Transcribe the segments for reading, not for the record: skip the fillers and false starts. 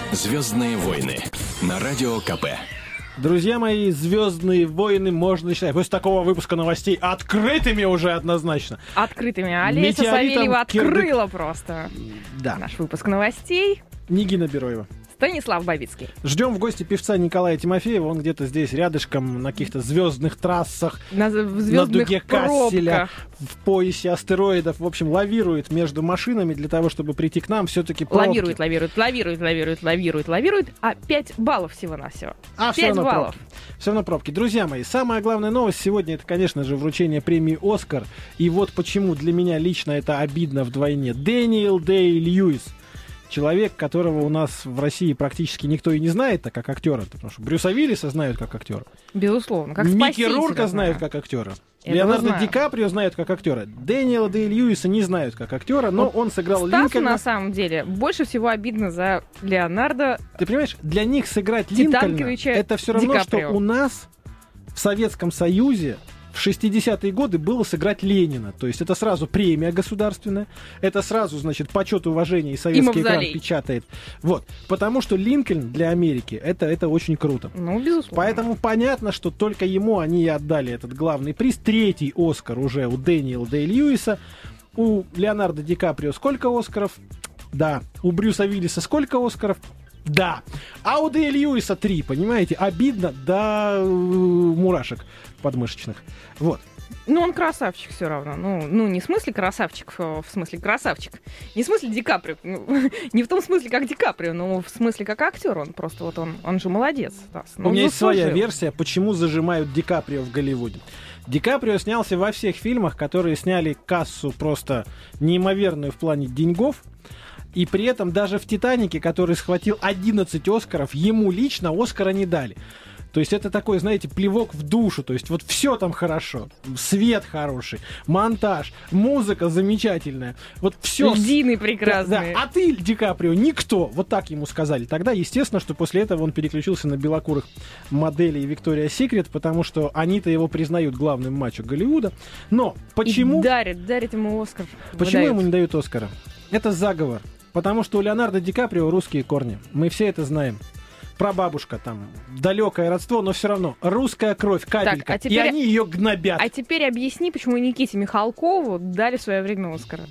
«Звездные войны» на Радио КП. Друзья мои, «Звездные войны» можно считать после такого выпуска новостей открытыми уже однозначно. Открытыми. Олеся Савельева открыла просто наш выпуск новостей. Нигина Бероева. Станислав Бабицкий. Ждем в гости певца Николая Тимофеева. Он где-то здесь рядышком, на каких-то звездных трассах, на дуге Касселя, в поясе астероидов. В общем, лавирует между машинами для того, чтобы прийти к нам. Все-таки пробки. Лавирует. А 5 баллов всего-навсего. 5 баллов. Все равно пробки. Друзья мои, самая главная новость сегодня — это, конечно же, вручение премии «Оскар». И вот почему для меня лично это обидно вдвойне. Дэниел Дэй-Льюис. Человек, которого у нас в России практически никто и не знает, как актера, потому что Брюса Уиллиса знают как актера. Безусловно, как Микки Рурка знают как актера. Леонардо Ди Каприо знают как актера. Дэниела Дэй-Льюиса не знают как актера, но он сыграл Линкольна. На самом деле больше всего обидно за Леонардо. Ты понимаешь, для них сыграть Линкольна — это все равно, что у нас в Советском Союзе в 60-е годы было сыграть Ленина. То есть это сразу премия государственная, это сразу, значит, почет, уважение, и советский экран печатает. Вот. Потому что Линкольн для Америки это очень круто. Ну, безусловно. Поэтому понятно, что только ему они и отдали этот главный приз. 3-й Оскар уже у Дэниела Дэй-Льюиса. У Леонардо Ди Каприо сколько Оскаров? Да. У Брюса Уиллиса сколько Оскаров? Да. А у Дэя Льюиса 3, понимаете? Обидно до мурашек подмышечных. Вот. Ну, он красавчик все равно. Ну, не в смысле красавчик, в смысле красавчик. Не в смысле Ди Каприо. Не в том смысле, как Ди Каприо, но в смысле, как актер. Он просто он же молодец. У меня есть своя версия, почему зажимают Ди Каприо в Голливуде. Ди Каприо снялся во всех фильмах, которые сняли кассу просто неимоверную в плане деньгов. И при этом даже в «Титанике», который схватил 11 Оскаров, ему лично Оскара не дали. То есть это такой, знаете, плевок в душу. То есть вот все там хорошо. Свет хороший, монтаж, музыка замечательная. Вот все. Льдины прекрасные. Да. А ты, Ди Каприо, никто. Вот так ему сказали. Тогда, естественно, что после этого он переключился на белокурых моделей Victoria's Secret, потому что они-то его признают главным мачо Голливуда. Но почему... И дарит ему Оскар. Почему ему не дают Оскара? Это заговор. Потому что у Леонардо Ди Каприо русские корни. Мы все это знаем. Прабабушка там, далекое родство, но все равно русская кровь, капелька. Так, и они ее гнобят. А теперь объясни, почему Никите Михалкову дали в свое время Оскара.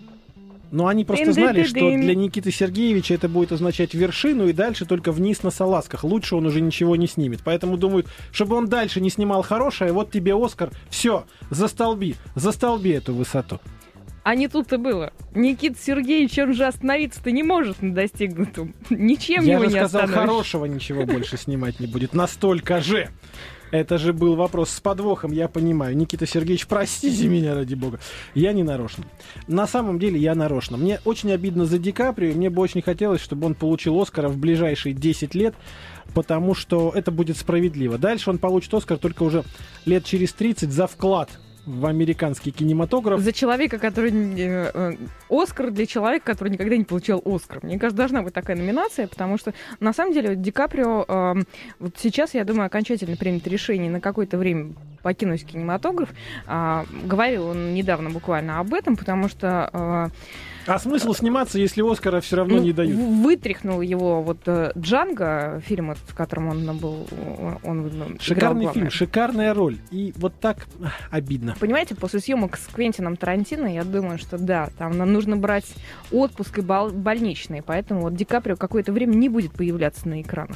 Ну, они просто знали, что для Никиты Сергеевича это будет означать вершину, и дальше только вниз на салазках. Лучше он уже ничего не снимет. Поэтому думают, чтобы он дальше не снимал хорошее, вот тебе Оскар, все, застолби эту высоту. А не тут-то было. Никита Сергеевич, он же остановиться-то не может на достигнутом. Ничем его не остановишь. Я же сказал, хорошего ничего больше снимать не будет. Настолько же. Это же был вопрос с подвохом, я понимаю. Никита Сергеевич, простите меня, ради бога. Я не нарочно. На самом деле я нарочно. Мне очень обидно за Ди Каприо. Мне бы очень хотелось, чтобы он получил Оскара в ближайшие 10 лет, потому что это будет справедливо. Дальше он получит Оскар только уже лет через 30 за вклад в американский кинематограф. За человека, который... Оскар для человека, который никогда не получал Оскар. Мне кажется, должна быть такая номинация, потому что, на самом деле, Ди Каприо вот сейчас, я думаю, окончательно примет решение на какое-то время покинуть кинематограф. Говорил он недавно буквально об этом, потому что... А смысл сниматься, если Оскара все равно не дают? Вытряхнул его вот «Джанго», фильм, в котором он был... Шикарный фильм, шикарная роль. И вот так обидно. Понимаете, после съемок с Квентином Тарантино, я думаю, что да, там нам нужно брать отпуск и больничный, поэтому вот Ди Каприо какое-то время не будет появляться на экранах.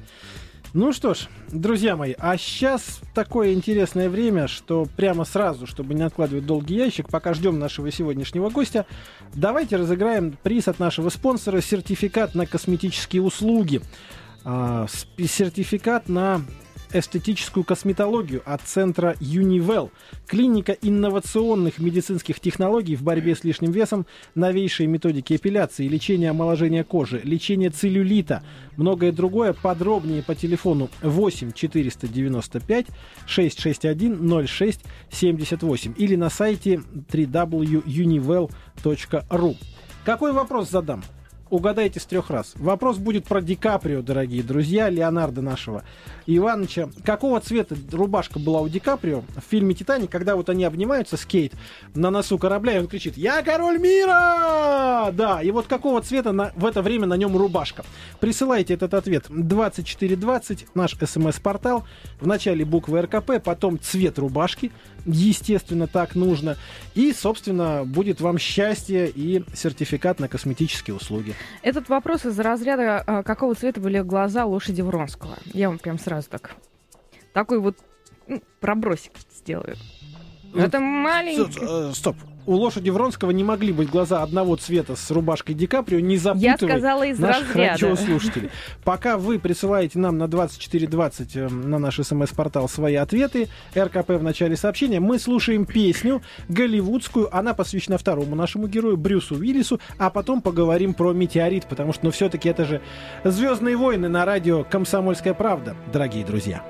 Ну что ж, друзья мои, а сейчас такое интересное время, что прямо сразу, чтобы не откладывать долгий ящик, пока ждем нашего сегодняшнего гостя, давайте разыграем приз от нашего спонсора — сертификат на косметические услуги. Сертификат на эстетическую косметологию от центра Univell. Клиника инновационных медицинских технологий в борьбе с лишним весом, новейшие методики эпиляции, лечение омоложения кожи, лечение целлюлита, многое другое. Подробнее по телефону 8 495 661 06 78 или на сайте www.univell.ru. Какой вопрос задам? угадайте с 3 раз. Вопрос будет про Ди Каприо, дорогие друзья, Леонардо нашего Ивановича. Какого цвета рубашка была у Ди Каприо в фильме «Титаник», когда вот они обнимаются с Кейт на носу корабля, и он кричит: «Я король мира!» Да, и вот какого цвета в это время на нем рубашка? Присылайте этот ответ 2420, наш СМС-портал. В начале буквы РКП, потом цвет рубашки. Естественно, так нужно. И, собственно, будет вам счастье и сертификат на косметические услуги. Этот вопрос из разряда, какого цвета были глаза лошади Вронского. Я вам прям сразу такой вот пробросик сделаю. Это маленький... Стоп. У лошади Вронского не могли быть глаза одного цвета с рубашкой Ди Каприо. Не запутывай наших радиослушателей. Пока вы присылаете нам на 2420 на наш СМС-портал свои ответы, РКП в начале сообщения, мы слушаем песню голливудскую. Она посвящена второму нашему герою, Брюсу Уиллису. А потом поговорим про метеорит, потому что, все-таки это же «Звездные войны» на радио «Комсомольская правда», дорогие друзья.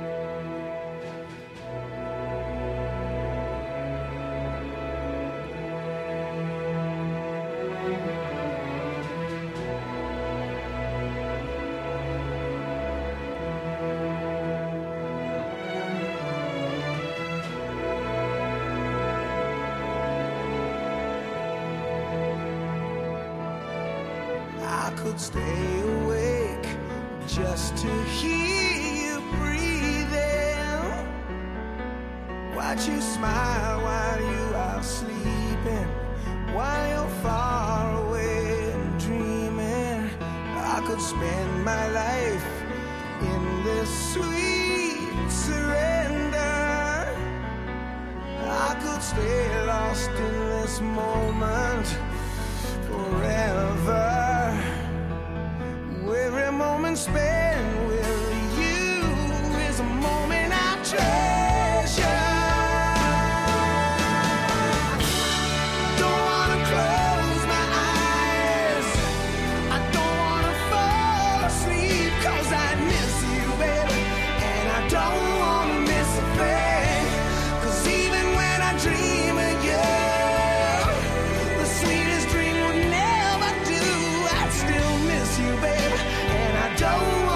Stay awake just to hear you breathing. Watch you smile while you are sleeping, while you're far away and dreaming. I could spend my life in this sweet surrender. I could stay lost in this moment forever. Every moment spent with you is a moment I treasure. Don't wanna close my eyes, I don't wanna fall asleep, 'cause I miss you, baby, and I don't wanna miss a thing. 'Cause even when I dream of you, the sweetest dream would never do. I'd still miss you, baby, and I don't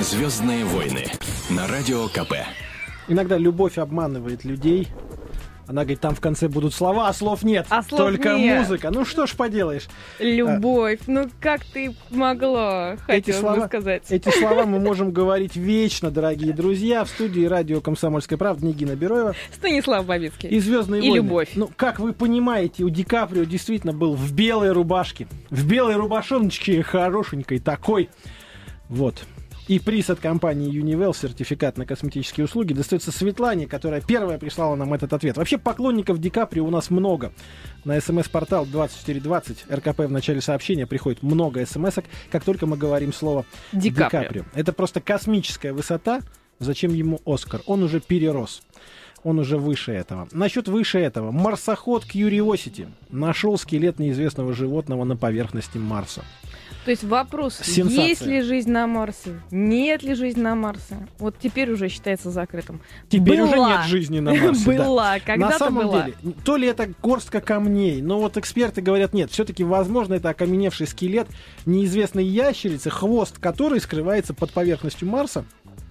«Звездные войны» на Радио КП. Иногда любовь обманывает людей. Она говорит, там в конце будут слова, а слов нет. А слов только нет. музыка. Ну что ж поделаешь. Любовь. Ну как ты могла, хотела бы сказать. Эти слова мы можем говорить вечно, дорогие друзья. В студии радио «Комсомольская правда» Нигина Бероева. Станислав Бабицкий. И «Звездные И войны». любовь. Ну, как вы понимаете, у Ди Каприо действительно был в белой рубашке. В белой рубашоночке, хорошенькой такой. Вот. И приз от компании Univel, сертификат на косметические услуги, достается Светлане, которая первая прислала нам этот ответ. Вообще поклонников Ди Каприо у нас много. На СМС-портал 2420 РКП в начале сообщения приходит много СМСок, как только мы говорим слово Ди Ди Каприо. Каприо. Это просто космическая высота. Зачем ему Оскар? Он уже перерос. Он уже выше этого. Насчет выше этого. Марсоход Curiosity нашел скелет неизвестного животного на поверхности Марса. То есть вопрос, Сенсация. есть ли жизнь на Марсе, нет ли жизни на Марсе, вот теперь уже считается закрытым. Теперь уже Была. нет жизни на Марсе. да. Была, На когда-то самом была. деле, то ли это горстка камней, но вот эксперты говорят, нет, все-таки, возможно, это окаменевший скелет неизвестной ящерицы, хвост которой скрывается под поверхностью Марса,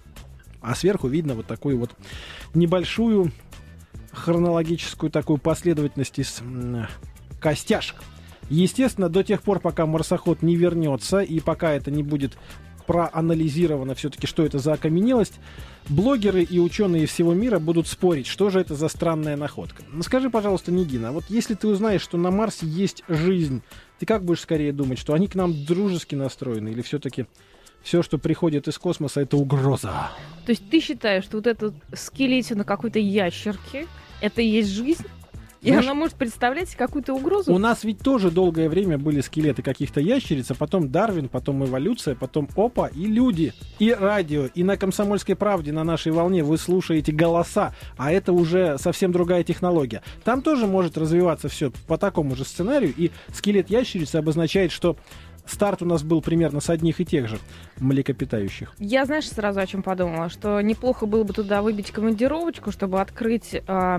а сверху видно вот такую вот небольшую хронологическую такую последовательность из костяшек. Естественно, до тех пор, пока марсоход не вернется и пока это не будет проанализировано все-таки, что это за окаменелость, блогеры и ученые всего мира будут спорить, что же это за странная находка. Ну, скажи, пожалуйста, Нигина, вот если ты узнаешь, что на Марсе есть жизнь, ты как будешь скорее думать, что они к нам дружески настроены или все-таки все, что приходит из космоса, это угроза? То есть ты считаешь, что вот этот скелетина какой-то ящерки, это и есть жизнь? И Знаешь, она может представлять какую-то угрозу? У нас ведь тоже долгое время были скелеты каких-то ящериц, а потом Дарвин, потом эволюция, потом опа, и люди, и радио, и на «Комсомольской правде», на нашей волне вы слушаете голоса, а это уже совсем другая технология. Там тоже может развиваться все по такому же сценарию, и скелет ящерицы обозначает, что старт у нас был примерно с одних и тех же млекопитающих. Я, знаешь, сразу о чем подумала, что неплохо было бы туда выбить командировочку, чтобы открыть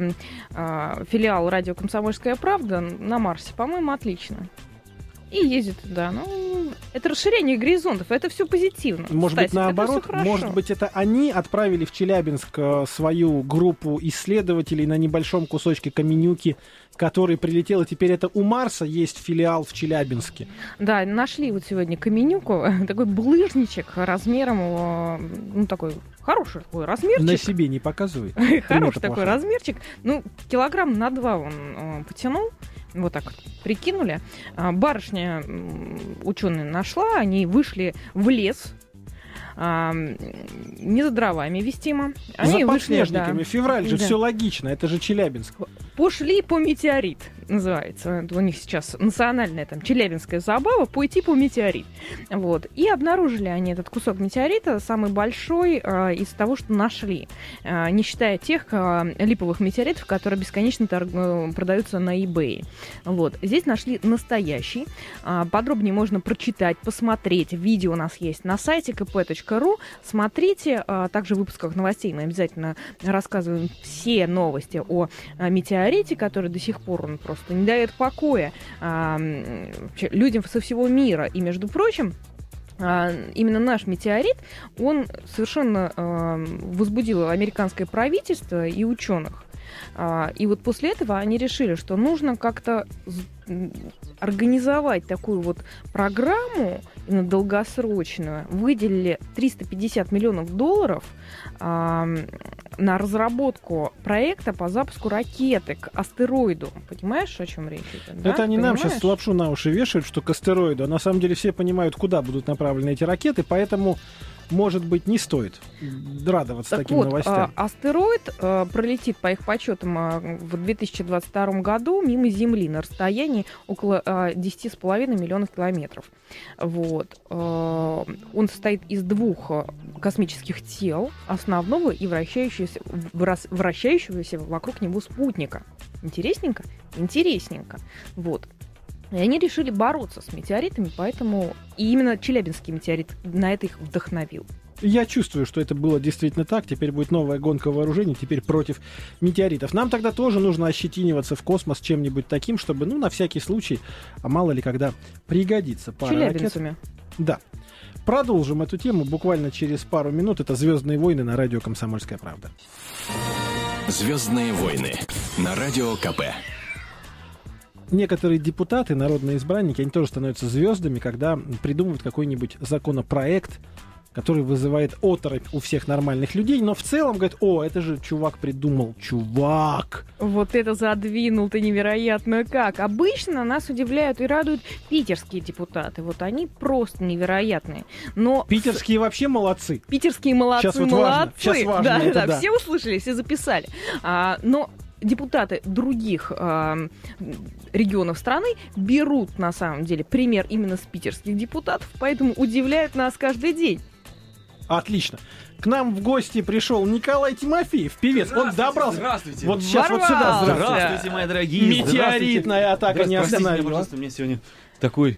филиал радио «Комсомольская правда» на Марсе. По-моему, отлично. И ездит туда. Ну, это расширение горизонтов, это все позитивно. Может быть, кстати, это наоборот, всё хорошо. может быть, это они отправили в Челябинск свою группу исследователей на небольшом кусочке Каменюки, который прилетел, и теперь это у Марса есть филиал в Челябинске. Да, нашли вот сегодня каменюку, такой булыжничек размером, ну, такой хороший такой размерчик. На себе не показывай. Хороший Примета такой плохая. размерчик. Ну, килограмм на 2 он потянул. Вот так вот прикинули. Барышня ученые нашла, они вышли в лес. Не за дровами вестимо. Они За вышли, подснежниками. да. Февраль же, Да. все логично, это же Челябинск. Пошли по метеорит, называется. Это у них сейчас национальная там челябинская забава, пойти по метеорит. Вот. И обнаружили они этот кусок метеорита, самый большой из того, что нашли. Не считая тех липовых метеоритов, которые бесконечно продаются на eBay. Вот. Здесь нашли настоящий. Подробнее можно прочитать, посмотреть. Видео у нас есть на сайте kp.ru. Смотрите. Также в выпусках новостей мы обязательно рассказываем все новости о метеорите, который до сих пор он просто не дает покоя людям со всего мира. И, между прочим, именно наш метеорит, он совершенно возбудил американское правительство и ученых. И вот после этого они решили, что нужно как-то организовать такую вот программу именно долгосрочную. Выделили $350 миллионов на разработку проекта по запуску ракеты к астероиду. Понимаешь, о чем речь идет? Это они нам Понимаешь? сейчас лапшу на уши вешают, что к астероиду. А на самом деле все понимают, куда будут направлены эти ракеты, поэтому, может быть, не стоит радоваться Так таким вот, новостям. астероид пролетит, по их подсчетам, в 2022 году мимо Земли на расстоянии около 10,5 миллионов километров. Вот. Он состоит из 2 космических тел, основного и вращающегося вокруг него спутника. Интересненько? Интересненько. Вот. И они решили бороться с метеоритами, поэтому и именно Челябинский метеорит на это их вдохновил. Я чувствую, что это было действительно так. Теперь будет новая гонка вооружений, теперь против метеоритов. Нам тогда тоже нужно ощетиниваться в космос чем-нибудь таким, чтобы, ну, на всякий случай, а мало ли когда пригодится пара ракет. Челябинцами. Да. Продолжим эту тему буквально через пару минут. Это «Звездные войны» на радио «Комсомольская правда». «Звездные войны» на радио КП. Некоторые депутаты, народные избранники, они тоже становятся звездами, когда придумывают какой-нибудь законопроект, который вызывает оторопь у всех нормальных людей, но в целом говорят: о, это же чувак придумал, чувак. Вот это задвинул ты невероятно как. Обычно нас удивляют и радуют питерские депутаты. Вот они просто невероятные. Но Питерские вообще молодцы. питерские молодцы, Сейчас вот важно. молодцы. Сейчас важно Да, это, да, да. все услышали, все записали. Но депутаты других регионов страны берут, на самом деле, пример именно с питерских депутатов, поэтому удивляют нас каждый день. Отлично. К нам в гости пришел Николай Тимофеев, певец. Он добрался. Здравствуйте. Вот сейчас вот сюда. Ворвался. Здравствуйте, мои дорогие. Метеоритная атака не Простите меня, остановила. пожалуйста, у меня сегодня такой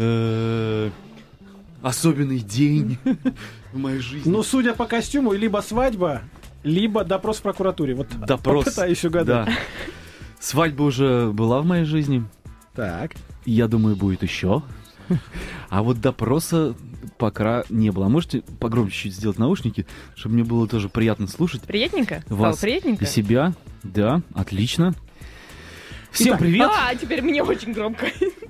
особенный день в моей жизни. Ну, судя по костюму, либо свадьба, либо допрос в прокуратуре. Вот Допрос. попытаюсь угадать. Да. Свадьба уже была в моей жизни. Так. Я думаю, будет еще. А вот допроса пока не было. А можете погромче чуть сделать наушники, чтобы мне было тоже приятно слушать Приятненько? Стало вас приятненько? и себя. Да, отлично. Всем Итак, привет. Теперь мне очень громко.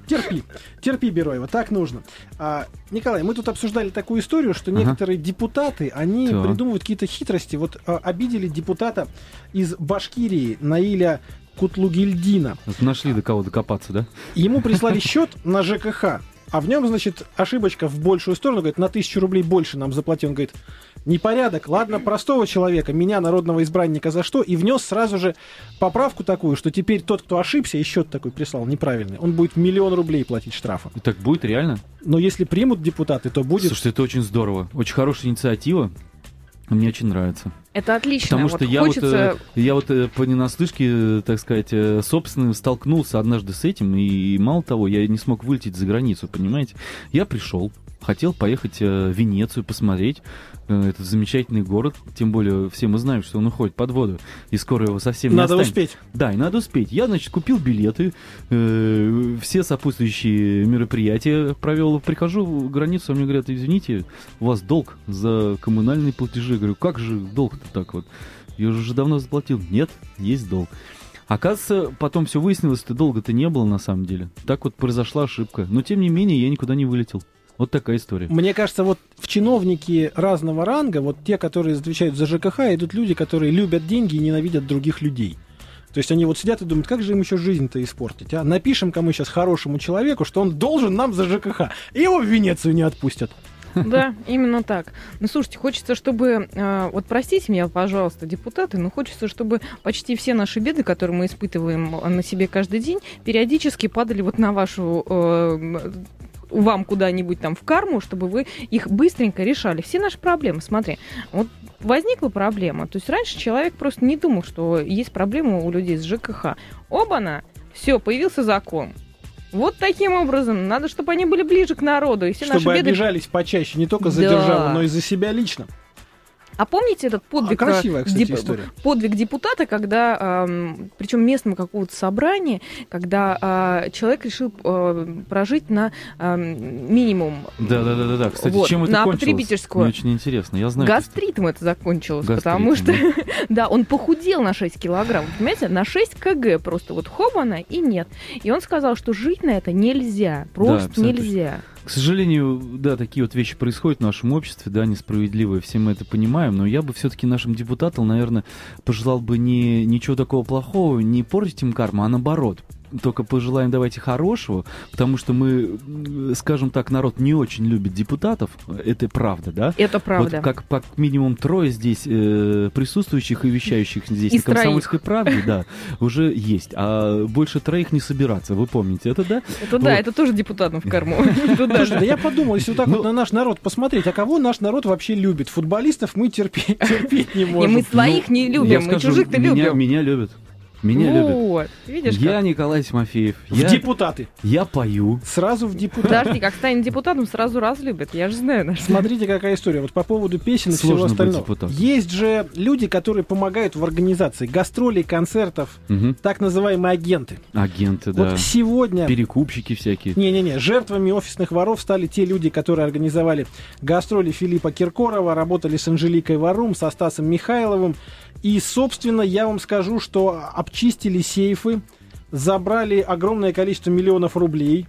Терпи, Бероева, так нужно. Николай, мы тут обсуждали такую историю, что некоторые депутаты, они Так. придумывают какие-то хитрости. Вот обидели депутата из Башкирии Наиля Кутлугильдина. Вот нашли до кого докопаться, да? Ему прислали счет на ЖКХ, а в нем, значит, ошибочка в большую сторону, говорит, на 1000 рублей больше нам заплатил. Он говорит: непорядок, ладно, простого человека, меня, народного избранника, за что? И внес сразу же поправку такую, что теперь тот, кто ошибся, и счет такой прислал неправильный, он будет 1 000 000 рублей платить штрафа. И так будет реально? Но если примут депутаты, то будет... Слушайте, это очень здорово. Очень хорошая инициатива. Мне очень нравится. Это отлично. Потому Вот что я хочется... вот по ненаслышке, так сказать, собственно, столкнулся однажды с этим, и мало того, я не смог вылететь за границу, понимаете? Я пришел, хотел поехать в Венецию посмотреть этот замечательный город, тем более все мы знаем, что он уходит под воду, и скоро его совсем Надо не останется. успеть. Да, и надо успеть. Я, значит, купил билеты, все сопутствующие мероприятия провел, прихожу в границу, а мне говорят: извините, у вас долг за коммунальные платежи. Я говорю: как же долг-то так вот? Я уже давно заплатил. Нет, есть долг. Оказывается, потом все выяснилось, что долга-то не было на самом деле. Так вот произошла ошибка. Но, тем не менее, я никуда не вылетел. Вот такая история. Мне кажется, вот в чиновники разного ранга, вот те, которые отвечают за ЖКХ, идут люди, которые любят деньги и ненавидят других людей. То есть они вот сидят и думают, как же им еще жизнь-то испортить, а? Напишем кому сейчас хорошему человеку, что он должен нам за ЖКХ, и его в Венецию не отпустят. Да, именно так. Ну, слушайте, хочется, чтобы... вот простите меня, пожалуйста, депутаты, но хочется, чтобы почти все наши беды, которые мы испытываем на себе каждый день, периодически падали вот на вашу... вам куда-нибудь там в карму, чтобы вы их быстренько решали. Все наши проблемы, смотри, вот возникла проблема. То есть раньше человек просто не думал, что есть проблема у людей с ЖКХ. Оба-на, все, появился закон. Вот таким образом. Надо, чтобы они были ближе к народу. И все Чтобы наши беды... обижались почаще не только за Да. державу, но и за себя лично. А помните этот подвиг, красивая, кстати, история. подвиг депутата, когда, причем местного какого-то собрания, когда человек решил прожить на минимум. Да. Кстати, Вот, чем это на кончилось? потребительскую. Мне очень интересно. Я знаю. Гастритом это закончилось, Гастритом, потому что, да, он похудел на 6 килограмм, понимаете, на 6 кг просто вот хобана и нет. И он сказал, что жить на это нельзя, просто абсолютно нельзя. К сожалению, да, такие вот вещи происходят в нашем обществе, да, несправедливые, все мы это понимаем, но я бы все-таки нашим депутатам, наверное, пожелал бы ничего такого плохого, не портить им карму, а наоборот. Только пожелаем давайте хорошего, потому что мы, скажем так, народ не очень любит депутатов, это правда, да? Это правда. Вот как минимум 3 здесь присутствующих и вещающих здесь Из на «Комсомольской правде», да, уже есть, а больше 3 не собираться, вы помните это, да? Это да, это тоже депутатам в корму. Слушай, да я подумал, если вот так вот на наш народ посмотреть, а кого наш народ вообще любит? Футболистов мы терпеть не И можем. мы своих не Я любим, мы скажу, чужих-то любим. Меня любят. Меня любят. Вот, видишь Я как? Николай Тимофеев. В депутаты. Я пою. Сразу в депутаты. Подожди, как станет депутатом, сразу разлюбят. Я же знаю. наш- Смотрите, какая история. Вот по поводу песен и всего Сложно быть остального. депутатом. Есть же люди, которые помогают в организации гастролей, концертов, Мгм. так называемые агенты. Агенты, да. Вот сегодня... Перекупщики всякие. Не-не-не, жертвами офисных воров стали те люди, которые организовали гастроли Филиппа Киркорова, работали с Анжеликой Варум, со Стасом Михайловым. И, собственно, я вам скажу, что обчистили сейфы, забрали огромное количество миллионов рублей.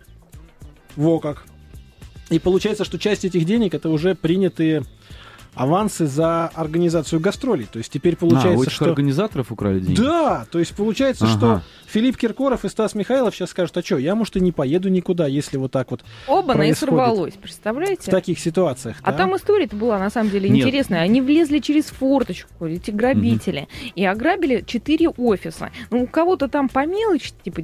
Во как. И получается, что часть этих денег это уже принятые авансы за организацию гастролей. То есть теперь У получается, этих что... организаторов украли деньги? Да, то есть получается, Ага. что Филипп Киркоров и Стас Михайлов сейчас скажут, а что, я, может, и не поеду никуда, если вот так вот Оба-на и происходит. сорвалось, в представляете? таких ситуациях. А да? там история-то была, на самом деле, Нет. интересная. Они влезли через форточку, эти грабители, и ограбили 4 офиса. Ну, у кого-то там по мелочи, типа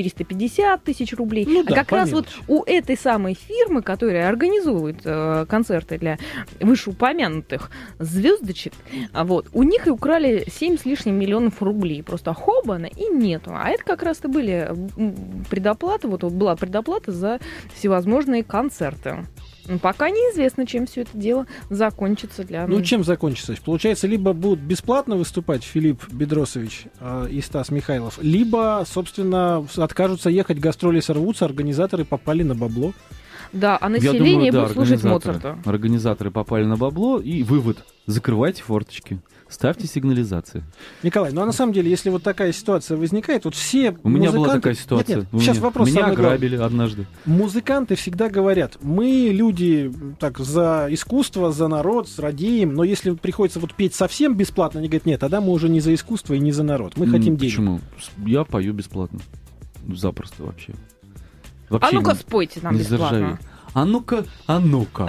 450 тысяч рублей. Ну а да, как по раз вот мелочи. у этой самой фирмы, которая организует концерты для вышеупомянутых звездочек, у них и украли 7 с лишним миллионов рублей. Просто хобана и нету. А это как раз-то были предоплаты, вот была предоплата за всевозможные концерты. Ну, пока неизвестно, чем все это дело закончится для Ну, чем закончится? Получается, либо будут бесплатно выступать Филипп Бедросович и Стас Михайлов, либо, собственно, откажутся ехать, гастроли сорвутся, организаторы попали на бабло. Да, а Я население думаю, да, будет слушать организаторы. Моцарта. Организаторы попали на бабло, и вывод. Закрывайте форточки. Ставьте сигнализации. Николай, ну а на самом деле, если вот такая ситуация возникает, вот все У меня была музыканты- такая ситуация. Нет, У сейчас меня, вопрос меня самый главный. ограбили однажды. Музыканты всегда говорят, мы люди так за искусство, за народ, радеем, но если приходится вот петь совсем бесплатно, они говорят, нет, тогда мы уже не за искусство и не за народ, мы хотим денег. Почему? Я пою бесплатно. Запросто вообще. А Вообще ну-ка не- спойте нам не бесплатно. заржавеет. А ну-ка, а ну-ка.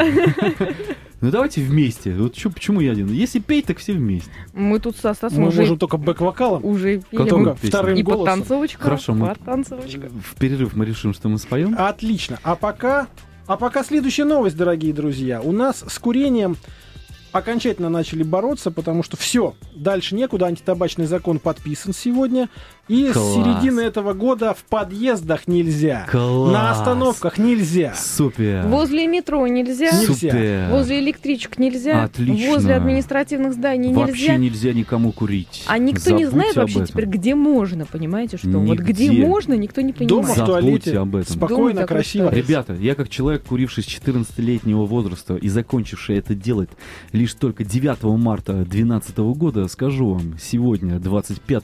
Ну давайте вместе. Вот почему я один? Если петь, так все вместе. Мы тут со Стасом Мы уже, можем только бэк-вокалом, уже Как пели. только Мы вторым и голосом. подтанцовочка. Хорошо, мы- Подтанцовочка. В перерыв мы решим, что мы споем. Отлично. А пока следующая новость, дорогие друзья. У нас с курением окончательно начали бороться, потому что все, дальше некуда, антитабачный закон подписан сегодня, и Класс. с середины этого года в подъездах нельзя, Класс. на остановках нельзя. Супер. Возле метро нельзя. Нельзя. Супер. Возле электричек нельзя. Отлично. Возле административных зданий Вообще нельзя. нельзя никому курить. А никто не Забудьте знает об вообще этом. теперь, где можно, понимаете, что? Вот Нигде. где можно, никто не Дома понимает. в туалете, Забудьте об этом. спокойно, Дома такой красиво. статус. Ребята, я как человек, куривший с 14-летнего возраста и закончивший это делать лишь только 9 марта 2012 года, скажу вам, сегодня, 25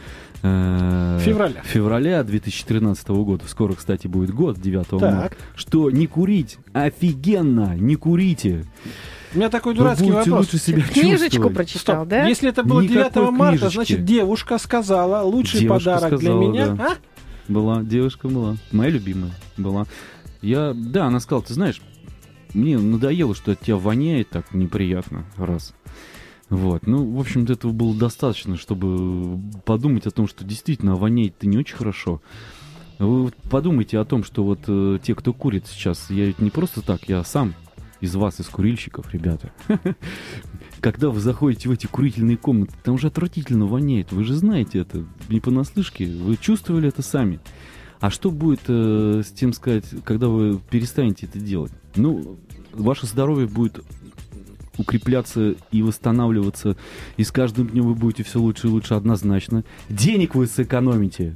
февраля 2013 года, скоро, кстати, будет год, 9 марта, Так, что не курить офигенно, не курите. у меня такой Вы дурацкий будете вопрос. лучше себя Книжечку чувствовать. прочитал, Стоп, да? если это было Никакой 9 марта, книжечки. значит, девушка сказала, лучший Девушка подарок для сказала, меня. да. Была, девушка была, моя любимая была. Да, она сказала, ты знаешь, мне надоело, что от тебя воняет так неприятно, раз. Вот, ну, в общем-то, этого было достаточно, чтобы подумать о том, что действительно воняет-то не очень хорошо. Вы вот подумайте о том, что вот те, кто курит сейчас, я ведь не просто так, я сам из вас, из курильщиков, ребята. Когда вы заходите в эти курительные комнаты, там же отвратительно воняет, вы же знаете это, не понаслышке, вы чувствовали это сами. А что будет с тем сказать, когда вы перестанете это делать? Ну, ваше здоровье будет укрепляться и восстанавливаться, и с каждым днем вы будете все лучше и лучше однозначно. Денег вы сэкономите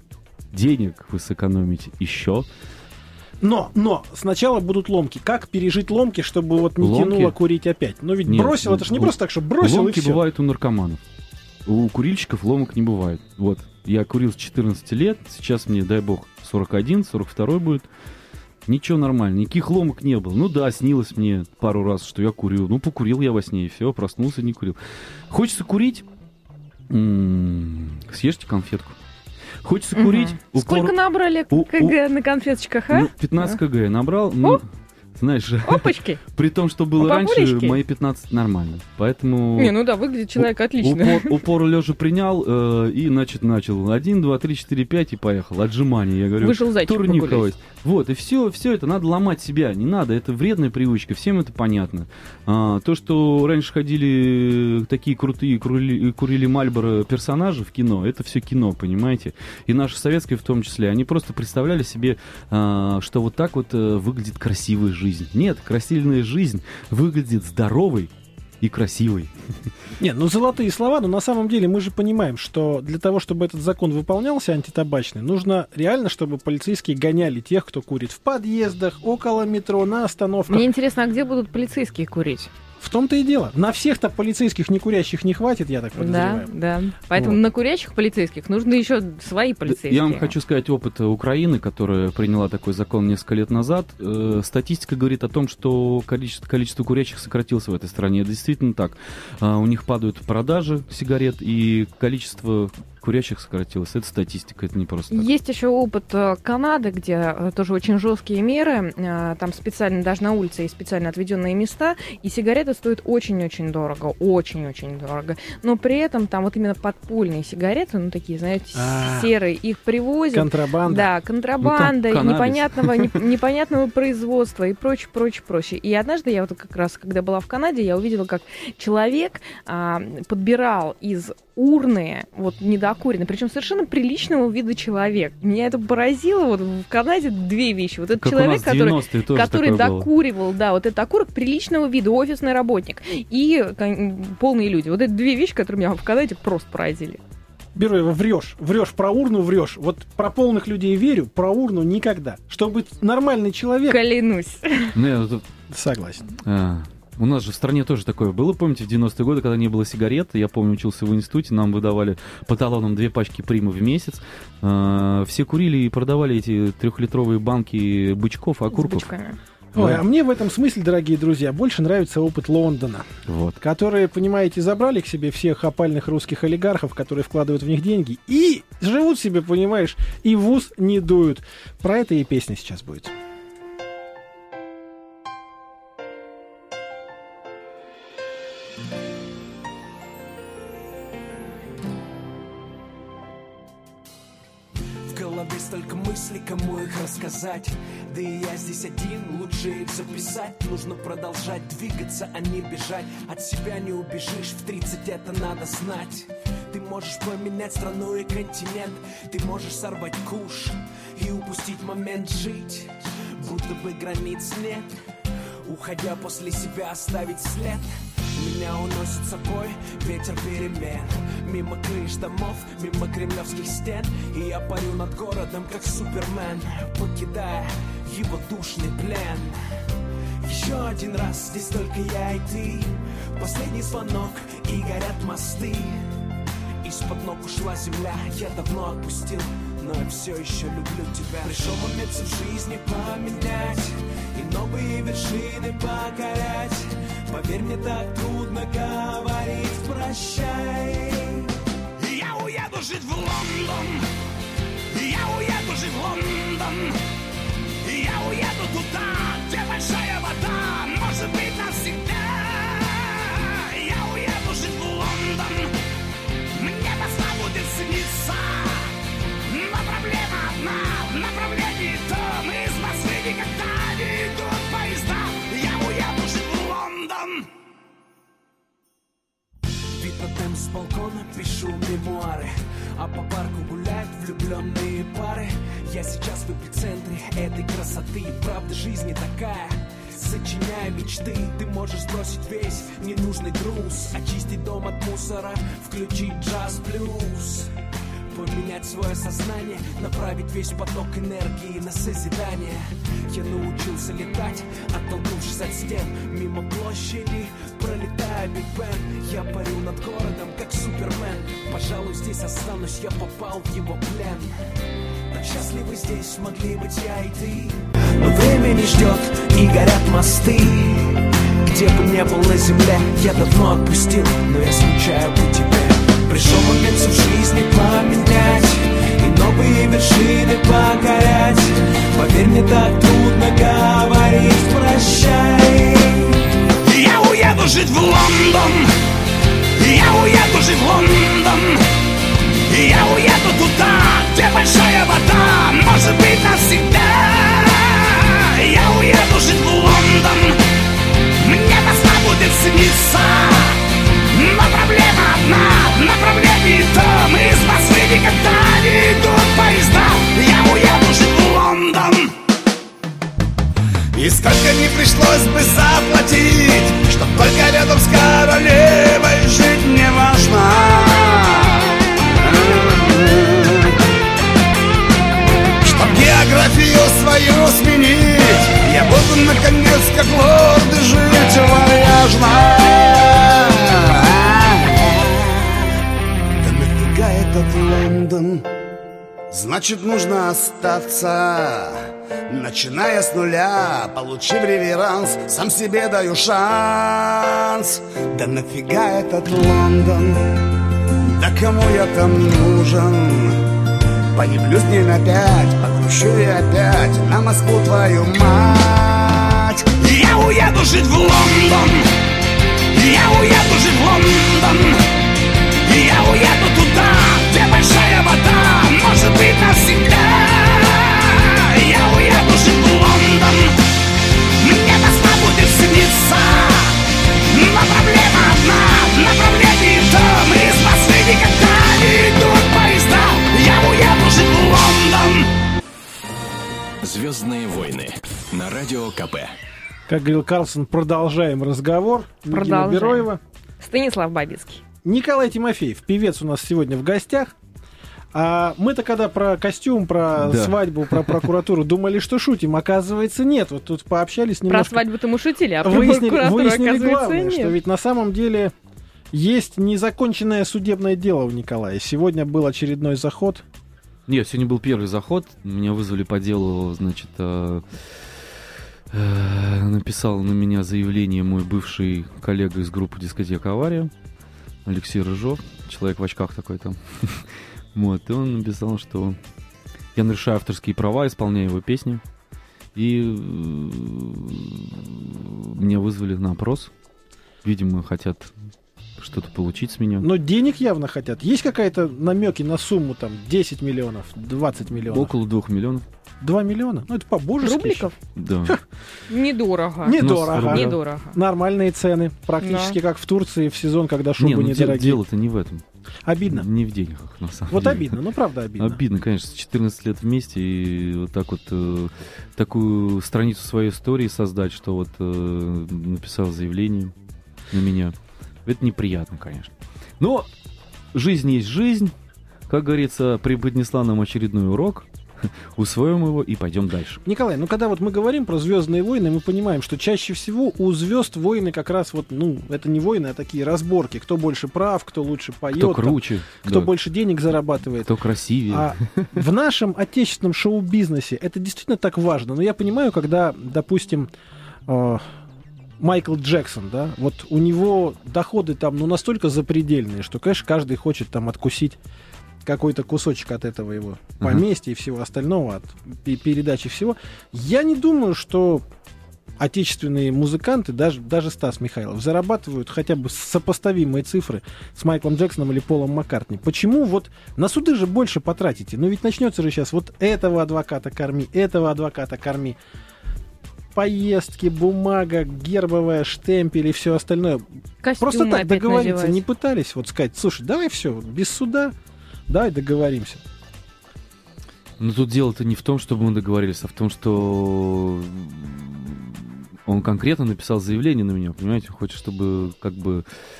еще. Но сначала будут ломки. Как пережить ломки, чтобы вот не Ломки? тянуло курить опять? Ну ведь Нет, бросил, это же не л- просто так, что бросил Ломки и все. бывают у наркоманов. У курильщиков ломок не бывает. Вот, я курил с 14 лет, сейчас мне, дай бог, 41, 42 будет. Ничего, нормально, никаких ломок не было. Ну да, снилось мне пару раз, что я курю. Ну, покурил я во сне, и все, проснулся, не курил. Хочется курить? Съешьте конфетку. Хочется курить? Сколько набрали у- КГ на конфеточках, а? Ну, 15 кг я набрал. Ну, знаешь, Опачки. при том, что было А раньше, бабулечки? мои 15 нормально. Поэтому Не, ну да, выглядит человек отлично. упор лежа принял и, значит, начал 1, 2, 3, 4, 5 и поехал. Отжимания, я говорю. Вышел зайчик турниковость. погулять. Вот, и все это надо ломать себя. Не надо, это вредная привычка, всем это понятно. То, что раньше ходили такие крутые, курили Мальборо персонажи в кино, это все кино, понимаете? И наши советские в том числе, они просто представляли себе, что вот так вот выглядит красивая жизнь. Нет, красивая жизнь выглядит здоровой и красивой. Нет, ну золотые слова, но на самом деле мы же понимаем, что для того, чтобы этот закон выполнялся антитабачный, нужно реально, чтобы полицейские гоняли тех, кто курит в подъездах, около метро, на остановках. Мне интересно, а где будут полицейские курить? В том-то и дело. На всех-то полицейских не курящих не хватит, я так подозреваю. Да. Поэтому Вот. на курящих полицейских нужны еще свои полицейские. Я вам хочу сказать опыт Украины, которая приняла такой закон несколько лет назад. Статистика говорит о том, что количество курящих сократилось в этой стране. Это действительно так. У них падают продажи сигарет, и количество курящих сократилось. Это статистика, это не просто так. Есть еще опыт Канады, где тоже очень жесткие меры. Там специально, даже на улице есть специально отведенные места, и сигареты стоят очень-очень дорого. Очень-очень дорого. Но при этом там вот именно подпольные сигареты, ну такие, знаете, серые, их привозят. Контрабанда. Да, контрабанда, Ну, там непонятного производства и прочее. И однажды я вот как раз, когда была в Канаде, я увидела, как человек подбирал из урны, вот недокуренные, причем совершенно приличного вида человек. Меня это поразило. Вот в Канаде две вещи. Вот этот Как человек, у нас в 90-е тоже который такое было. докуривал, да, вот этот окурок приличного вида, офисный работник и полные люди. Вот это две вещи, которые меня в Канаде просто поразили. Беру его, врешь про урну врешь. Вот про полных людей верю, про урну никогда. Чтобы быть нормальный человек... Клянусь. Согласен. У нас же в стране тоже такое было, помните, в 90-е годы, когда не было сигарет, я помню, учился в институте, нам выдавали по талонам 2 пачки примы в месяц. Все курили и продавали эти 3-литровые банки бычков, окурков. С бычками. Ой, Да. а мне в этом смысле, дорогие друзья, больше нравится опыт Лондона, Вот. которые, понимаете, забрали к себе всех опальных русских олигархов, которые вкладывают в них деньги, и живут себе, понимаешь, и в ус не дуют. Про это и песня сейчас будет. В голове столько мыслей, кому их рассказать. Да и я здесь один, лучше их записать. Нужно продолжать двигаться, а не бежать. От себя не убежишь, в 30 это надо знать. Ты можешь поменять страну и континент. Ты можешь сорвать куш и упустить момент жить, будто бы границ нет. Уходя после себя оставить след. Меня уносит с собой ветер перемен. Мимо крыш домов, мимо кремлевских стен. И я парю над городом, как Супермен, покидая его душный плен. Еще один раз, здесь только я и ты. Последний звонок, и горят мосты. Из-под ног ушла земля, я давно отпустил, но я все еще люблю тебя. Пришел момент всю в жизни поменять и новые вершины покорять. Поверь, мне так трудно говорить прощай. Я уеду жить в Лондон. Я уеду жить в Лондон. Я уеду туда, где большая вода, может быть навсегда. Я уеду жить в Лондон. Мне Москва будет сниться. Но проблема одна, в направлении том. Из Москвы никогда не идут поезда. Я уеду жить в Лондон. Вид на Темз с балкона, пишу мемуары. А по парку гуляют влюбленные пары. Я сейчас в эпицентре этой красоты. Правда жизни такая, сочиняя мечты. Ты можешь сбросить весь ненужный груз, очистить дом от мусора, включить джаз-блюз, поменять свое сознание, направить весь поток энергии на созидание. Я научился летать, оттолкнувшись от стен. Мимо площади, пролетая Биг Бен. Я парю над городом, как Супермен. Пожалуй, здесь останусь, я попал в его плен. Так счастливы здесь могли быть я и ты. Но время не ждет, и горят мосты. Где бы не был на земле, я давно отпустил, но я скучаю по тебе. Пришел момент всю в жизни поменять и новые вершины покорять. Поверь, мне так трудно говорить прощай. как лорды жить вальяжно. Да нафига этот Лондон? Значит, нужно остаться. Начиная с нуля, получив реверанс, сам себе даю шанс. Да нафига этот Лондон? Да кому я там нужен? Появлюсь дней на 5, погрущу и опять на Москву, твою мать. Я уеду жить в Лондон, я уеду жить в Лондон, я уеду туда, где большая вода, может быть навсегда. Я уеду жить в Лондон, мне Москва будет сниться, но проблема одна, направление там, из Москвы никогда не идут поезда. Я уеду жить в Лондон. «Звездные войны» на Радио КП. Как говорил Карлсон, продолжаем разговор. Нигина Продолжаем. Бероева. Станислав Бабицкий. Николай Тимофеев, певец у нас сегодня в гостях. А мы-то когда про костюм, про Да. свадьбу, про прокуратуру думали, что шутим. Оказывается, нет. Вот тут пообщались Про немножко. свадьбу-то мы шутили, а про Выяснили прокуратуру, оказывается, главное, нет. что ведь на самом деле есть незаконченное судебное дело у Николая. Сегодня был очередной заход. Нет, сегодня был первый заход. Меня вызвали по делу, значит, написал на меня заявление мой бывший коллега из группы «Дискотека Авария», Алексей Рыжов, человек в очках такой там. Вот, и он написал, что я нарушаю авторские права, исполняю его песни. И меня вызвали на опрос. Видимо, хотят что-то получить с меня. Но денег явно хотят. Есть какая-то намеки на сумму там 10 миллионов, 20 миллионов? Около 2 миллионов. 2 миллиона? Ну это по-божески. Рубликов? Да. Недорого. Недорого. Ну, с Недорого. Нормальные цены. Практически как в Турции в сезон, когда Не, шубы ну недорогие. дело-то не в этом. Обидно. Не в деньгах, на самом Вот деле. обидно, ну правда обидно. Обидно, конечно, с 14 лет вместе и вот так вот такую страницу своей истории создать, что вот написал заявление на меня. Это неприятно, конечно. Но жизнь есть жизнь. Как говорится, преподнесла нам очередной урок. Усвоим его и пойдем дальше. Николай, ну когда вот мы говорим про «Звездные войны», мы понимаем, что чаще всего у звезд войны как раз вот, ну, это не войны, а такие разборки. Кто больше прав, кто лучше поет, Кто круче, кто да, больше денег зарабатывает. кто красивее. А в нашем отечественном шоу-бизнесе это действительно так важно. Но я понимаю, когда, допустим, Майкл Джексон, да, вот у него доходы там, ну, настолько запредельные, что, конечно, каждый хочет там откусить какой-то кусочек от этого его поместья и всего остального, от передачи всего. Я не думаю, что отечественные музыканты, даже Стас Михайлов, зарабатывают хотя бы сопоставимые цифры с Майклом Джексоном или Полом Маккартни. Почему вот на суды же больше потратите? Ну ведь начнется же сейчас вот этого адвоката корми, этого адвоката корми. Поездки, бумага, гербовая, штемпель и все остальное. Костюмы Просто так опять договориться надевать. не пытались вот сказать, слушай, давай все, без суда, давай договоримся. Но тут дело-то не в том, чтобы мы договорились, а в том, что он конкретно написал заявление на меня, понимаете? Он хочет, чтобы как бы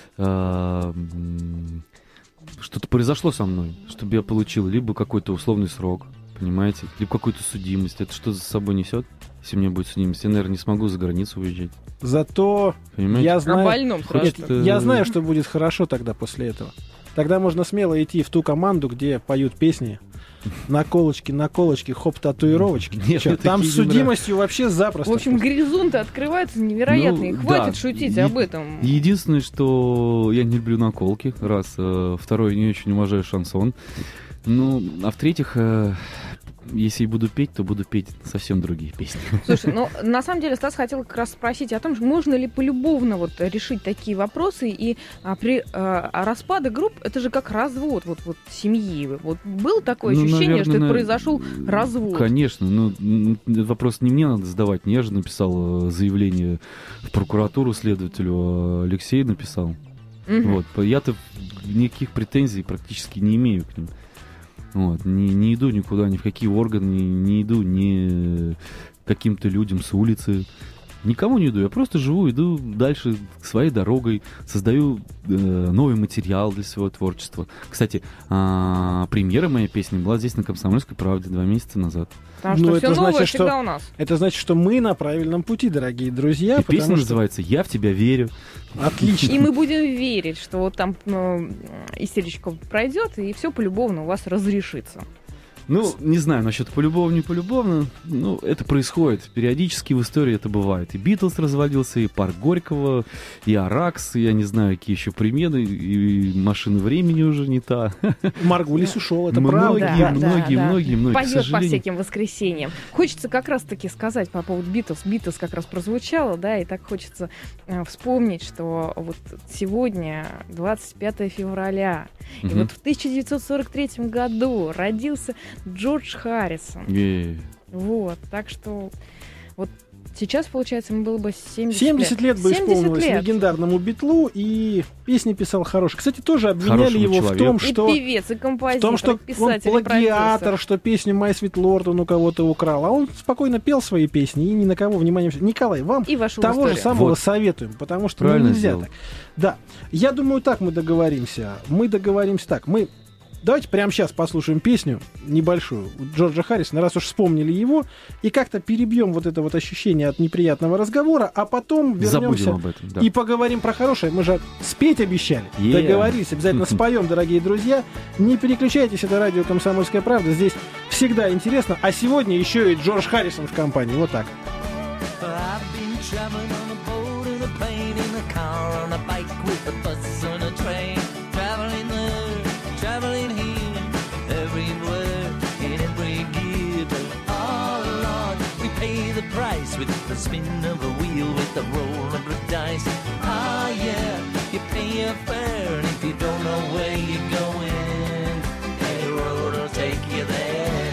что-то произошло со мной, чтобы я получил либо какой-то условный срок, понимаете, либо какую-то судимость. Это что за собой несет? Если у меня будет судимость, я, наверное, не смогу за границу уезжать. Зато Понимаете? я О знаю, больном Хочет, сразу. я знаю, что будет хорошо тогда после этого. Тогда можно смело идти в ту команду, где поют песни. Наколочки, хоп, татуировочки. Нет, Чё, мне там с такие не судимостью вообще запросто. В общем, горизонты открываются невероятные. Ну, Хватит да. шутить И- об этом. Единственное, что я не люблю наколки, раз. Второе, не очень уважаю шансон. Ну, а в-третьих, если и буду петь, то буду петь совсем другие песни. Слушай, ну, на самом деле, Стас хотел как раз спросить о том, можно ли полюбовно вот решить такие вопросы, и при распаде групп, это же как развод вот семьи. Вот было такое Ну, ощущение, что это наверное, произошел развод? Конечно, но этот вопрос не мне надо задавать. Не я же написал заявление в прокуратуру следователю, а Алексей написал. Мгм. Вот. Я-то никаких претензий практически не имею к ним. Вот. Не иду никуда, ни в какие органы, не иду ни к каким-то людям с улицы. Никому не иду, я просто живу, иду дальше своей дорогой, создаю новый материал для своего творчества. Кстати, премьера моей песни была здесь на «Комсомольской правде» 2 месяца назад. Потому что Ну, все это новое значит, всегда что- у нас. Это значит, что мы на правильном пути, дорогие друзья. И песня потому что- называется «Я в тебя верю». Отлично. И мы будем верить, что вот там истеричка пройдет, и все полюбовно у вас разрешится. Ну, не знаю насчет полюбовно, не полюбовно. Ну, это происходит. Периодически в истории это бывает. И Битлз развалился, и Парк Горького, и Аракс, и я не знаю, какие еще примены, и машина времени уже не та. Маргулис ушел, это Многие, правда. Да, многие, да. многие, к Поет по сожалению. всяким воскресеньям. Хочется как раз-таки сказать по поводу Битлз. Битлз как раз прозвучало, да, и так хочется вспомнить, что вот сегодня 25 февраля, и Мгм. вот в 1943 году родился Джордж Харрисон. Вот, так что вот сейчас, получается, ему было бы 70 лет бы 70 исполнилось лет. легендарному Битлу, и песни писал хорошие. Кстати, тоже обвиняли Хорошему его в том, человеку. И что... певец, и В композитор, том, что и писатель, он и плагиатор, продюсер. что песню «My Sweet Lord» он у кого-то украл. А он спокойно пел свои песни и ни на кого внимания... Николай, вам И вошел в того же историю. самого Вот. советуем, потому что Правильно нельзя сделал. так. Да, я думаю, так мы договоримся. Давайте прямо сейчас послушаем песню небольшую Джорджа Харрисона, раз уж вспомнили его, и как-то перебьем вот это вот ощущение от неприятного разговора, а потом вернемся Забудем об этом, да. и поговорим про хорошее. Мы же спеть обещали. Yeah. Договорились, обязательно споем, дорогие друзья. Не переключайтесь, это радио «Комсомольская правда». Здесь всегда интересно. А сегодня еще и Джордж Харрисон в компании. Вот так. I've been traveling on a boat, in a plane, in a car, on a bike, with a bus, on a train. Traveling there, traveling here, everywhere, in every gear. But oh Lord, we pay the price with the spin of a wheel, with the roll of the dice. Ah yeah, you pay your fare, and if you don't know where you're going, any road will take you there.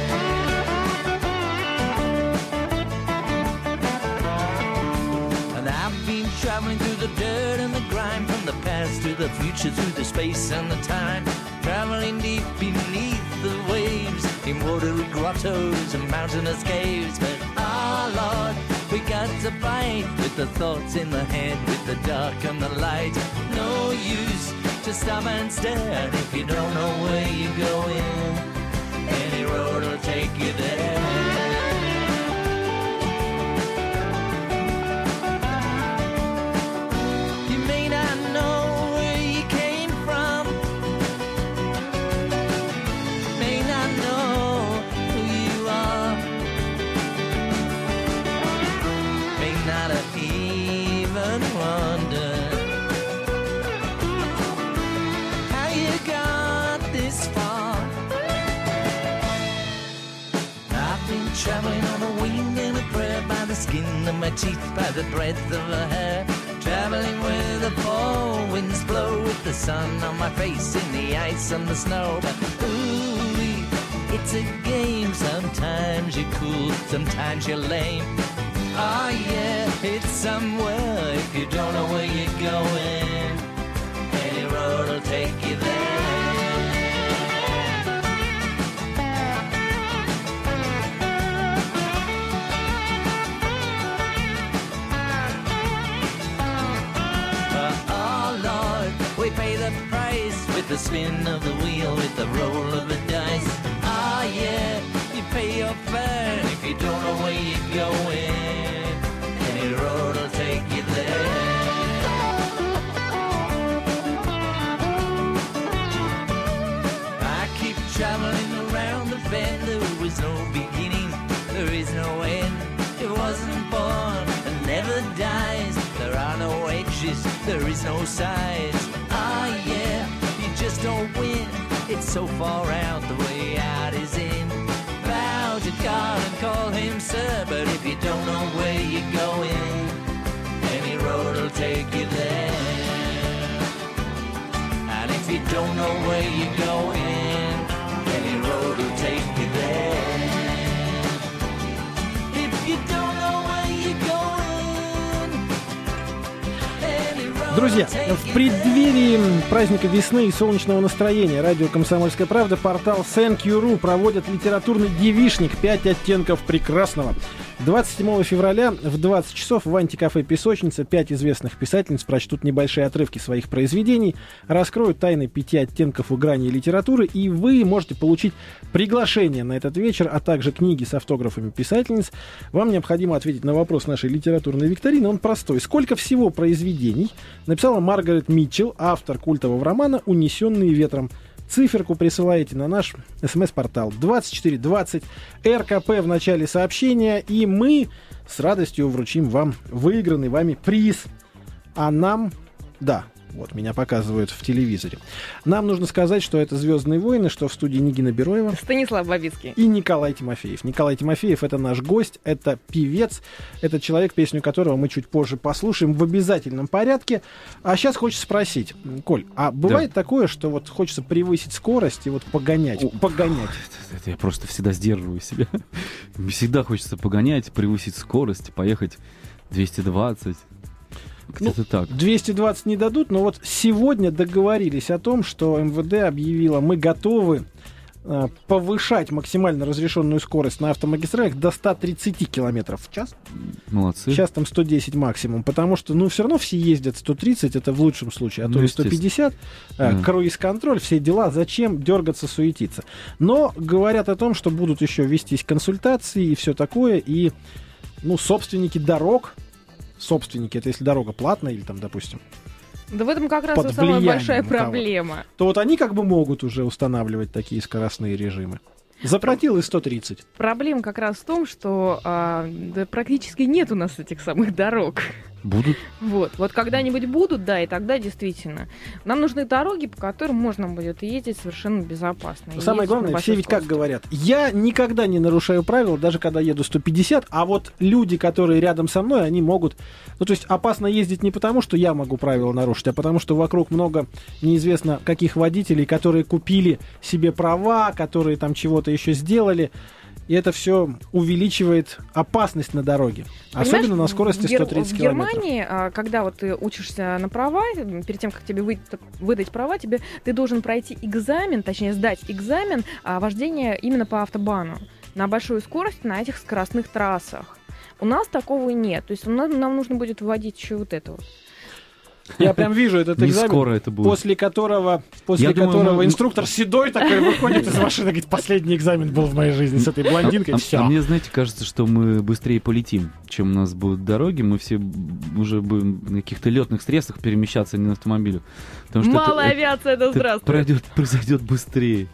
And I've been traveling through the dirt and the grime, from the past to the future, through the space and the time. Traveling deep beneath the waves, in watery grottos and mountainous caves. But ah Lord, we got to fight with the thoughts in the head, with the dark and the light. No use to stop and stare, and if you don't know where you're going, any road will take you there. You may not know where you came from, may not know who you are, may not have even wondered how you got this far. I've been traveling on a wing and a prayer, by the skin of my teeth, by the breadth of a hair. Traveling where the fall winds blow, with the sun on my face, in the ice and the snow. But ooh, it's a game. Sometimes you're cool, sometimes you're lame. Oh yeah, it's somewhere if you don't know where you're going. Any road will take you there. Oh Lord, we pay the price with the spin of the wheel, with the roll of the dice. Ah yeah, you pay your fare, and if you don't know where you're going, any road will take you there. I keep traveling around the bend, there is no beginning, there is no end. It wasn't born and never dies. There are no edges, there is no sides. Ah yeah, you just don't win. It's so far out, the way out is in. Bow to God and call him sir, but if you don't know where you're going, any road will take you there. And if you don't know where you're going, any road will take you there. If you don't know where you're going, any road will Друзья, take you в преддверии праздника весны и солнечного настроения радио «Комсомольская правда» портал Thank You.ru проводит литературный девичник «5 оттенков прекрасного». 27 февраля в 20 часов в антикафе «Песочница» 5 известных писательниц прочтут небольшие отрывки своих произведений, раскроют тайны 5 оттенков у грани литературы, и вы можете получить приглашение на этот вечер, а также книги с автографами писательниц. Вам необходимо ответить на вопрос нашей литературной викторины. Он простой. Сколько всего произведений написала Маргарет Митчелл, автор культового романа «Унесенные ветром»? Циферку присылаете на наш смс-портал 2420 РКП в начале сообщения, и мы с радостью вручим вам выигранный вами приз. А нам... Да, вот меня показывают в телевизоре. Нам нужно сказать, что это «Звездные войны», что в студии Нигина Бероева Станислав Бабицкий и Николай Тимофеев. Николай Тимофеев — это наш гость, это певец, это человек, песню которого мы чуть позже послушаем в обязательном порядке. А сейчас хочется спросить, Коль, а бывает такое, что вот хочется превысить скорость и вот погонять? Это я просто всегда сдерживаю себя. Всегда хочется погонять, превысить скорость, поехать 220. Где-то так. 220 не дадут, но вот сегодня договорились о том, что МВД объявило, мы готовы повышать максимально разрешенную скорость на автомагистралях до 130 км в час. Молодцы. Сейчас там 110 максимум, потому что, все равно все ездят 130, это в лучшем случае, а то и 150. Круиз-контроль, все дела, зачем дергаться, суетиться. Но говорят о том, что будут еще вестись консультации и все такое, и, собственники дорог, это если дорога платная или там, допустим, Да в этом как раз под и самая влиянием большая кого-то, проблема. то вот они как бы могут уже устанавливать такие скоростные режимы. Заплатил и 130. Проблема как раз в том, что практически нет у нас этих самых дорог. Будут. Вот когда-нибудь будут, да, и тогда действительно. Нам нужны дороги, по которым можно будет ездить совершенно безопасно. Самое главное, все ведь как говорят, я никогда не нарушаю правила, даже когда еду 150, а вот люди, которые рядом со мной, они могут... то есть опасно ездить не потому, что я могу правила нарушить, а потому что вокруг много неизвестно каких водителей, которые купили себе права, которые там чего-то еще сделали. И это все увеличивает опасность на дороге. Особенно на скорости 130 км. В Германии, когда вот ты учишься на права, перед тем, как тебе выдать права, ты должен пройти экзамен, точнее сдать экзамен вождения именно по автобану на большую скорость на этих скоростных трассах. У нас такого нет. То есть нам нужно будет вводить еще вот это вот. Я прям вижу этот экзамен, скоро это будет. после которого инструктор седой такой выходит из машины, говорит, последний экзамен был в моей жизни с этой блондинкой, все. А мне, знаете, кажется, что мы быстрее полетим, чем у нас будут дороги, мы все уже будем на каких-то летных средствах перемещаться, а не на автомобилях. Малая авиация, да здравствует. Произойдет быстрее.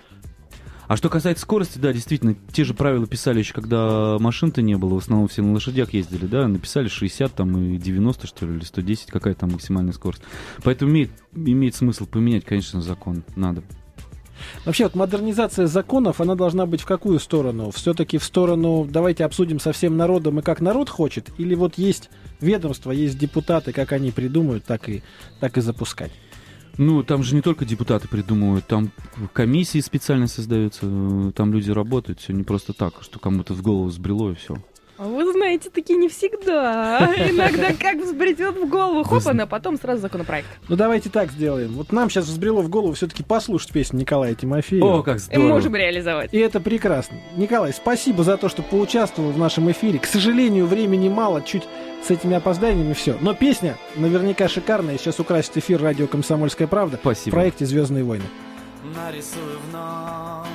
А что касается скорости, да, действительно, те же правила писали еще, когда машин-то не было, в основном все на лошадях ездили, да, написали 60 там, и 90, что ли, или 110, какая там максимальная скорость. Поэтому имеет смысл поменять, конечно, закон, надо. Вообще, вот модернизация законов, она должна быть в какую сторону? Все-таки в сторону, давайте обсудим со всем народом и как народ хочет, или вот есть ведомства, есть депутаты, как они придумают, так и запускать? Там же не только депутаты придумывают, там комиссии специально создаются, там люди работают, все не просто так, что кому-то в голову взбрело и все. Вы знаете, такие не всегда. Иногда как взбредет в голову, хоп-на, а потом сразу законопроект. Давайте так сделаем. Вот нам сейчас взбрело в голову все-таки послушать песню Николая Тимофеева. О, как И здорово. можем реализовать. И это прекрасно. Николай, спасибо за то, что поучаствовал в нашем эфире. К сожалению, времени мало, чуть с этими опозданиями все. Но песня наверняка шикарная. Сейчас украсит эфир радио «Комсомольская правда» Спасибо. в проекте «Звездные войны». Нарисую вновь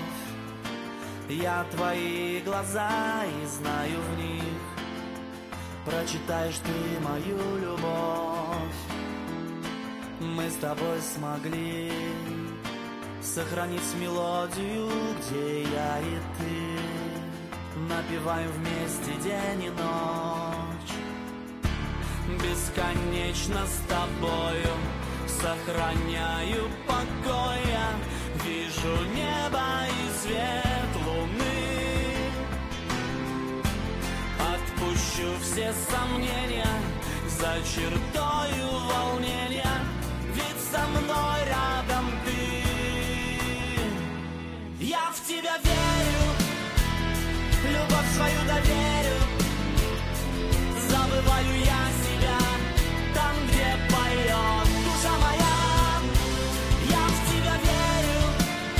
я твои глаза и знаю в них прочитаешь ты мою любовь. Мы с тобой смогли сохранить мелодию, где я и ты напеваем вместе день и ночь. Бесконечно с тобою сохраняю покой, я вижу небо и свет луны. Отпущу все сомнения за чертою волнения, ведь со мной рядом ты. Я в тебя верю, любовь свою доверю, забываю я себя там, где поет душа моя. Я в тебя верю,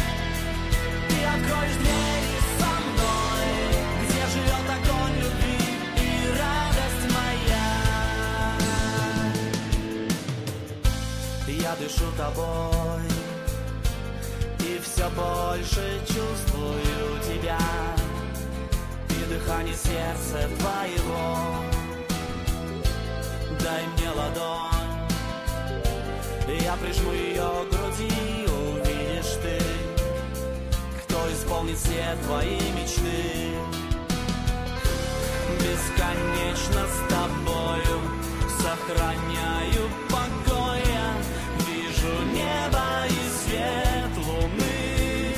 ты откроешь двери со мной, где живет огонь любви. дышу тобой и все больше чувствую тебя и дыхание сердца твоего. Дай мне ладонь, я прижму ее к груди, увидишь ты, кто исполнит все твои мечты. Бесконечно с тобою сохраняю покой, я вижу небо и свет луны.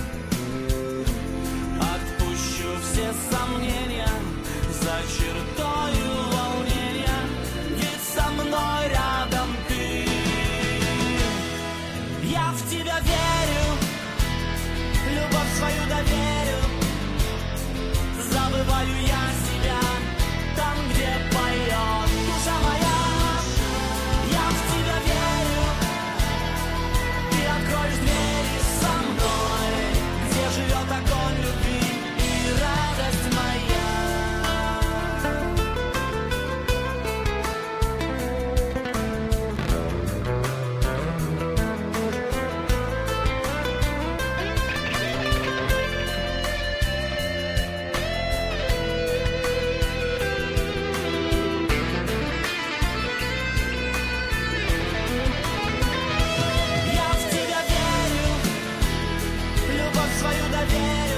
Отпущу все сомнения за чертою волнения, ведь со мной рядом ты. Я в тебя верю, любовь свою доверю, забываю я себя там, где поет душа моя. Я в тебя верю, ты откроешь двери со мной, где живет огонь любви и радость моя. Я в тебя верю, любовь свою доверю,